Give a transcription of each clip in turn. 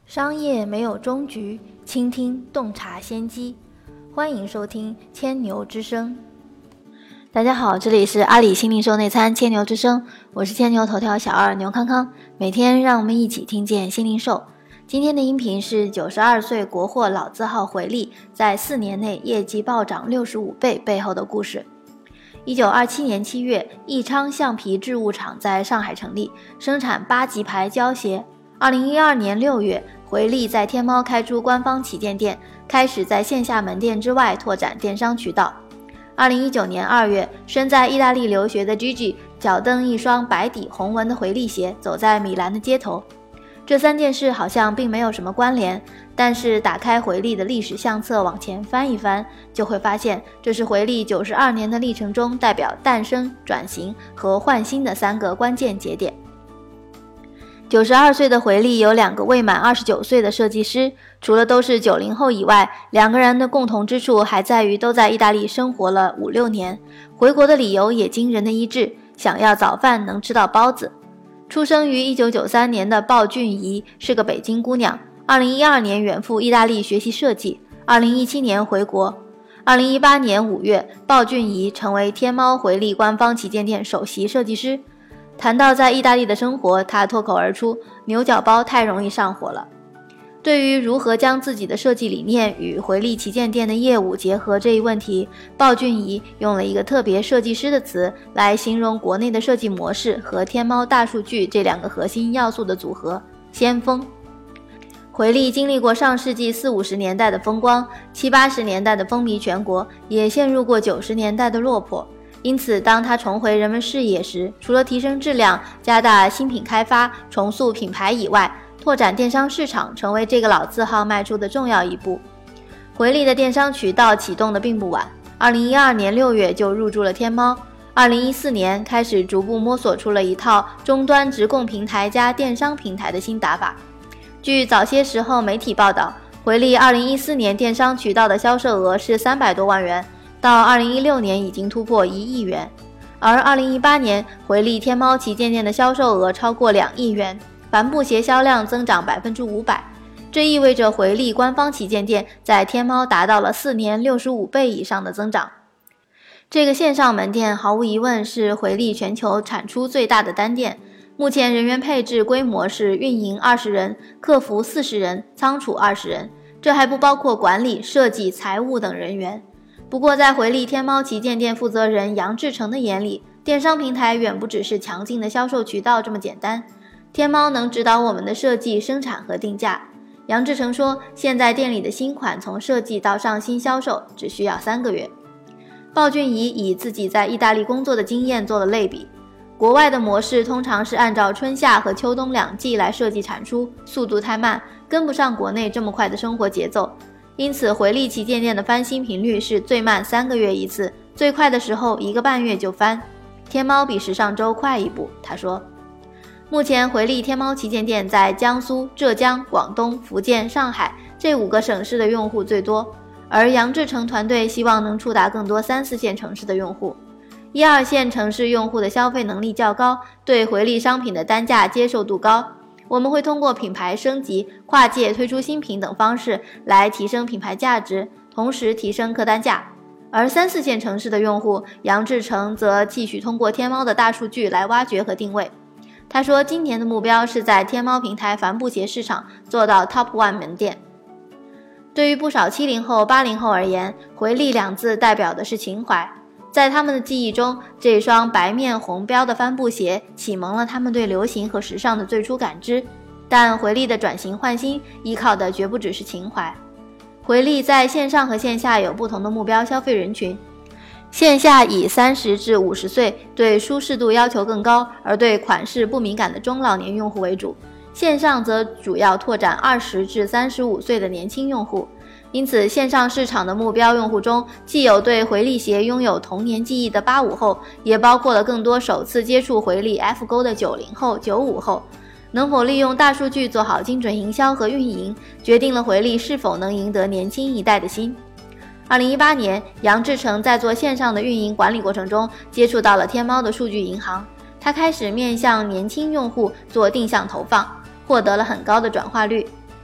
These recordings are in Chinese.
商业没有终局，倾听洞察先机。欢迎收听千牛之声。大家好，这里是阿里新零售内参千牛之声，我是千牛头条小二牛康康。每天让我们一起听见新零售。今天的音频是92岁国货老字号回力在4年内业绩暴涨65倍背后的故事。1927年7月，益昌橡皮制物厂在上海成立，生产8级牌胶鞋。2012年6月，回力在天猫开出官方旗舰店，开始在线下门店之外拓展电商渠道。2019年2月，身在意大利留学的 Gigi 脚蹬一双白底红纹的回力鞋，走在米兰的街头。这3件事好像并没有什么关联，但是打开回力的历史相册往前翻一翻，就会发现这是回力92年的历程中代表诞生、转型和换新的3个关键节点。92岁的回力有2个未满29岁的设计师，除了都是90后以外，2个人的共同之处还在于都在意大利生活了5-6年，回国的理由也惊人的一致，想要早饭能吃到包子。出生于1993年的鲍俊怡是个北京姑娘，2012年远赴意大利学习设计，2017年回国。2018年5月，鲍俊怡成为天猫回力官方旗舰店首席设计师。谈到在意大利的生活，他脱口而出，牛角包太容易上火了。对于如何将自己的设计理念与回力旗舰店的业务结合这一问题，鲍俊怡用了一个特别设计师的词来形容国内的设计模式和天猫大数据这2个核心要素的组合：先锋。回力经历过上世纪40-50年代的风光，70-80年代的风靡全国，也陷入过90年代的落魄。因此当他重回人们视野时，除了提升质量、加大新品开发、重塑品牌以外，拓展电商市场成为这个老字号迈出的重要一步。回力的电商渠道启动的并不晚，2012年6月就入驻了天猫，2014年开始逐步摸索出了一套终端直供平台加电商平台的新打法。据早些时候媒体报道，回力2014年电商渠道的销售额是300多万元，到2016年已经突破1亿元，而2018年回力天猫旗舰店的销售额超过2亿元，帆布鞋销量增长500%，这意味着回力官方旗舰店在天猫达到了4年65倍以上的增长。这个线上门店毫无疑问是回力全球产出最大的单店，目前人员配置规模是运营20人，客服40人，仓储20人，这还不包括管理、设计、财务等人员。不过在回力天猫旗舰店负责人杨志成的眼里，电商平台远不只是强劲的销售渠道这么简单，天猫能指导我们的设计、生产和定价。杨志成说，现在店里的新款从设计到上新销售只需要3个月。鲍俊怡以自己在意大利工作的经验做了类比，国外的模式通常是按照春夏和秋冬2季来设计产出，速度太慢，跟不上国内这么快的生活节奏。因此回力旗舰店的翻新频率是最慢3个月一次，最快的时候1个半月就翻。天猫比时尚周快一步，他说。目前回力天猫旗舰店在江苏、浙江、广东、福建、上海这5个省市的用户最多，而杨志成团队希望能触达更多3-4线城市的用户。1、2线城市用户的消费能力较高，对回力商品的单价接受度高，我们会通过品牌升级、跨界推出新品等方式来提升品牌价值，同时提升客单价。而3-4线城市的用户，杨志成则继续通过天猫的大数据来挖掘和定位。他说，今年的目标是在天猫平台帆布鞋市场做到 Top 1 门店。对于不少70后、80后而言，回力2字代表的是情怀。在他们的记忆中，这双白面红标的帆布鞋启蒙了他们对流行和时尚的最初感知。但回力的转型换新依靠的绝不只是情怀。回力在线上和线下有不同的目标消费人群，线下以30至50岁对舒适度要求更高而对款式不敏感的中老年用户为主，线上则主要拓展20至35岁的年轻用户。因此线上市场的目标用户中，既有对回力鞋拥有童年记忆的85后，也包括了更多首次接触回力 F 勾的90后、95后。能否利用大数据做好精准营销和运营，决定了回力是否能赢得年轻一代的心。2018年，杨志成在做线上的运营管理过程中，接触到了天猫的数据银行，他开始面向年轻用户做定向投放，获得了很高的转化率。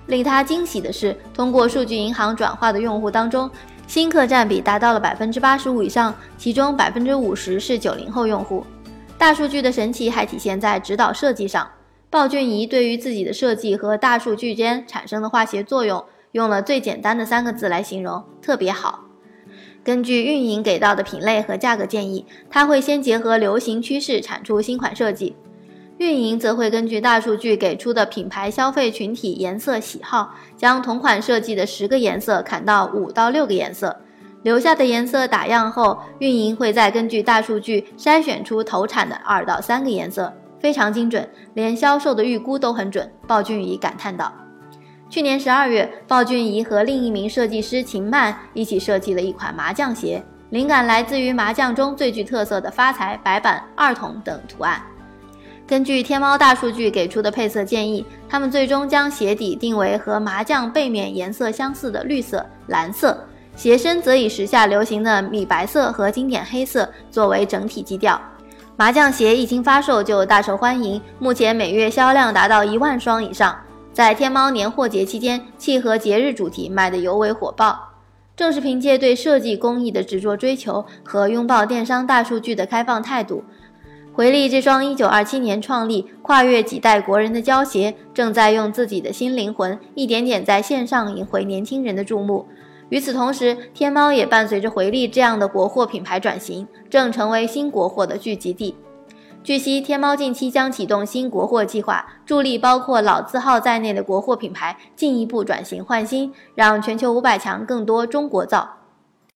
令他惊喜的是，通过数据银行转化的用户当中，新客占比达到了 85% 以上，其中 50% 是90后用户。大数据的神奇还体现在指导设计上。鲍俊怡对于自己的设计和大数据间产生的化学作用，用了最简单的3个字来形容：特别好。根据运营给到的品类和价格建议，他会先结合流行趋势产出新款设计。运营则会根据大数据给出的品牌消费群体颜色喜好，将同款设计的10个颜色砍到5到6个颜色，留下的颜色打样后，运营会再根据大数据筛选出投产的2到3个颜色，非常精准，连销售的预估都很准。鲍俊怡感叹道。去年12月，鲍俊怡和另一名设计师秦曼一起设计了一款麻将鞋，灵感来自于麻将中最具特色的发财、白板、2筒等图案。根据天猫大数据给出的配色建议，他们最终将鞋底定为和麻将背面颜色相似的绿色、蓝色，鞋身则以时下流行的米白色和经典黑色作为整体基调。麻将鞋一经发售就大受欢迎，目前每月销量达到1万双以上，在天猫年货节期间，契合节日主题卖得尤为火爆。正是凭借对设计工艺的执着追求和拥抱电商大数据的开放态度，回力这双1927年创立、跨越几代国人的胶鞋，正在用自己的新灵魂一点点在线上赢回年轻人的注目。与此同时，天猫也伴随着回力这样的国货品牌转型，正成为新国货的聚集地。据悉，天猫近期将启动新国货计划，助力包括老字号在内的国货品牌进一步转型换新，让全球500强更多中国造。